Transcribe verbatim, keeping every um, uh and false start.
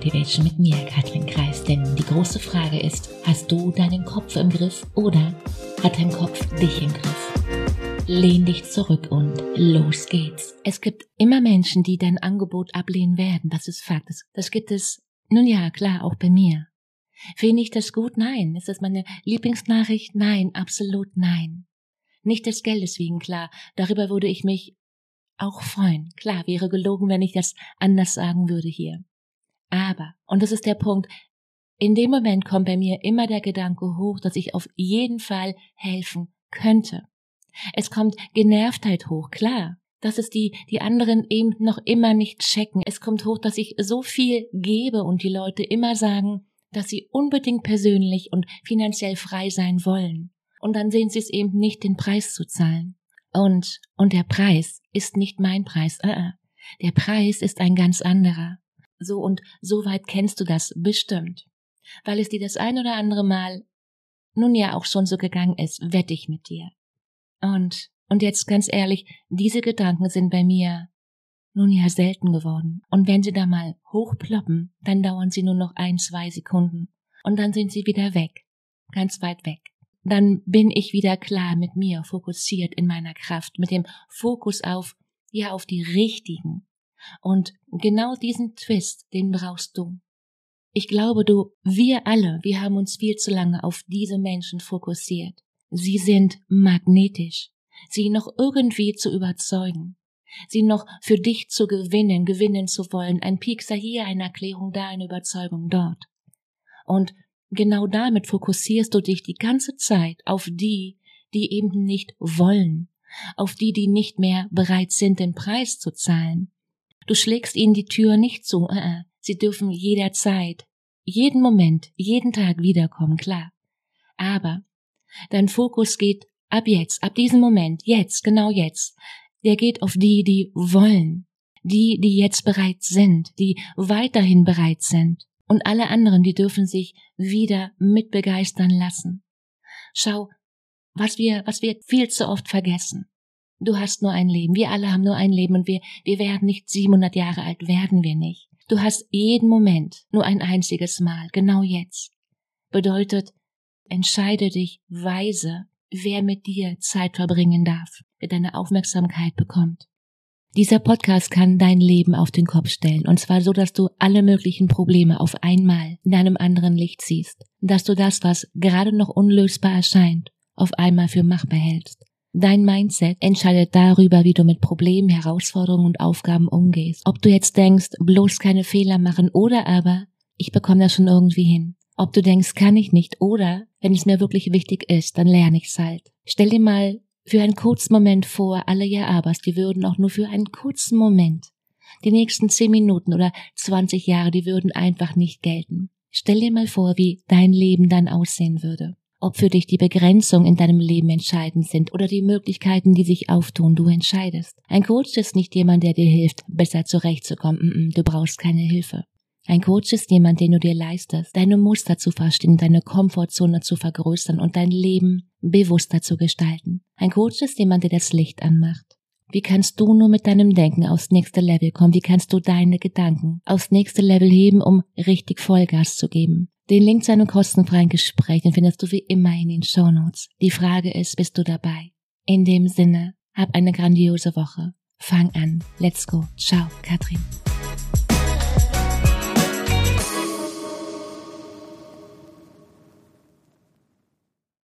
Motivation mit mir, Katrin Kreis. Denn die große Frage ist, hast du deinen Kopf im Griff oder hat dein Kopf dich im Griff? Lehn dich zurück und los geht's. Es gibt immer Menschen, die dein Angebot ablehnen werden. Das ist Fakt. Das, das gibt es, nun ja, klar, auch bei mir. Finde ich das gut? Nein. Ist das meine Lieblingsnachricht? Nein, absolut nein. Nicht des Geldes wegen, klar. Darüber würde ich mich auch freuen. Klar, wäre gelogen, wenn ich das anders sagen würde hier. Aber, und das ist der Punkt, in dem Moment kommt bei mir immer der Gedanke hoch, dass ich auf jeden Fall helfen könnte. Es kommt Genervtheit hoch, klar, dass es die, die anderen eben noch immer nicht checken. Es kommt hoch, dass ich so viel gebe und die Leute immer sagen, dass sie unbedingt persönlich und finanziell frei sein wollen. Und dann sehen sie es eben nicht, den Preis zu zahlen. Und, und der Preis ist nicht mein Preis. Uh-uh. Der Preis ist ein ganz anderer. So und so weit kennst du das bestimmt. Weil es dir das ein oder andere Mal nun ja auch schon so gegangen ist, wette ich mit dir. Und, und jetzt ganz ehrlich, diese Gedanken sind bei mir nun ja selten geworden. Und wenn sie da mal hochploppen, dann dauern sie nur noch ein, zwei Sekunden. Und dann sind sie wieder weg. Ganz weit weg. Dann bin ich wieder klar mit mir, fokussiert in meiner Kraft, mit dem Fokus auf, ja, auf die Richtigen. Und genau diesen Twist, den brauchst du. Ich glaube, du, wir alle, wir haben uns viel zu lange auf diese Menschen fokussiert. Sie sind magnetisch, sie noch irgendwie zu überzeugen, sie noch für dich zu gewinnen, gewinnen zu wollen, ein Piekser hier, eine Erklärung da, eine Überzeugung dort. Und genau damit fokussierst du dich die ganze Zeit auf die, die eben nicht wollen, auf die, die nicht mehr bereit sind, den Preis zu zahlen. Du schlägst ihnen die Tür nicht zu, uh-uh. Sie dürfen jederzeit, jeden Moment, jeden Tag wiederkommen, klar. Aber dein Fokus geht ab jetzt, ab diesem Moment, jetzt, genau jetzt, der geht auf die, die wollen, die, die jetzt bereit sind, die weiterhin bereit sind. Und alle anderen, die dürfen sich wieder mit begeistern lassen. Schau, was wir, was wir viel zu oft vergessen. Du hast nur ein Leben, wir alle haben nur ein Leben und wir, wir werden nicht siebenhundert Jahre alt, werden wir nicht. Du hast jeden Moment nur ein einziges Mal, genau jetzt. Bedeutet, entscheide dich weise, wer mit dir Zeit verbringen darf, wer deine Aufmerksamkeit bekommt. Dieser Podcast kann dein Leben auf den Kopf stellen, und zwar so, dass du alle möglichen Probleme auf einmal in einem anderen Licht siehst, dass du das, was gerade noch unlösbar erscheint, auf einmal für machbar hältst. Dein Mindset entscheidet darüber, wie du mit Problemen, Herausforderungen und Aufgaben umgehst. Ob du jetzt denkst, bloß keine Fehler machen, oder aber, ich bekomme das schon irgendwie hin. Ob du denkst, kann ich nicht, oder, wenn es mir wirklich wichtig ist, dann lerne ich's halt. Stell dir mal für einen kurzen Moment vor, alle Ja-Abers, die würden auch nur für einen kurzen Moment, die nächsten zehn Minuten oder zwanzig Jahre, die würden einfach nicht gelten. Stell dir mal vor, wie dein Leben dann aussehen würde. Ob für dich die Begrenzungen in deinem Leben entscheidend sind oder die Möglichkeiten, die sich auftun, du entscheidest. Ein Coach ist nicht jemand, der dir hilft, besser zurechtzukommen. Du brauchst keine Hilfe. Ein Coach ist jemand, den du dir leistest, deine Muster zu verstehen, deine Komfortzone zu vergrößern und dein Leben bewusster zu gestalten. Ein Coach ist jemand, der das Licht anmacht. Wie kannst du nur mit deinem Denken aufs nächste Level kommen? Wie kannst du deine Gedanken aufs nächste Level heben, um richtig Vollgas zu geben? Den Link zu einem kostenfreien Gespräch, den findest du wie immer in den Shownotes. Die Frage ist, bist du dabei? In dem Sinne, hab eine grandiose Woche. Fang an. Let's go. Ciao, Katrin.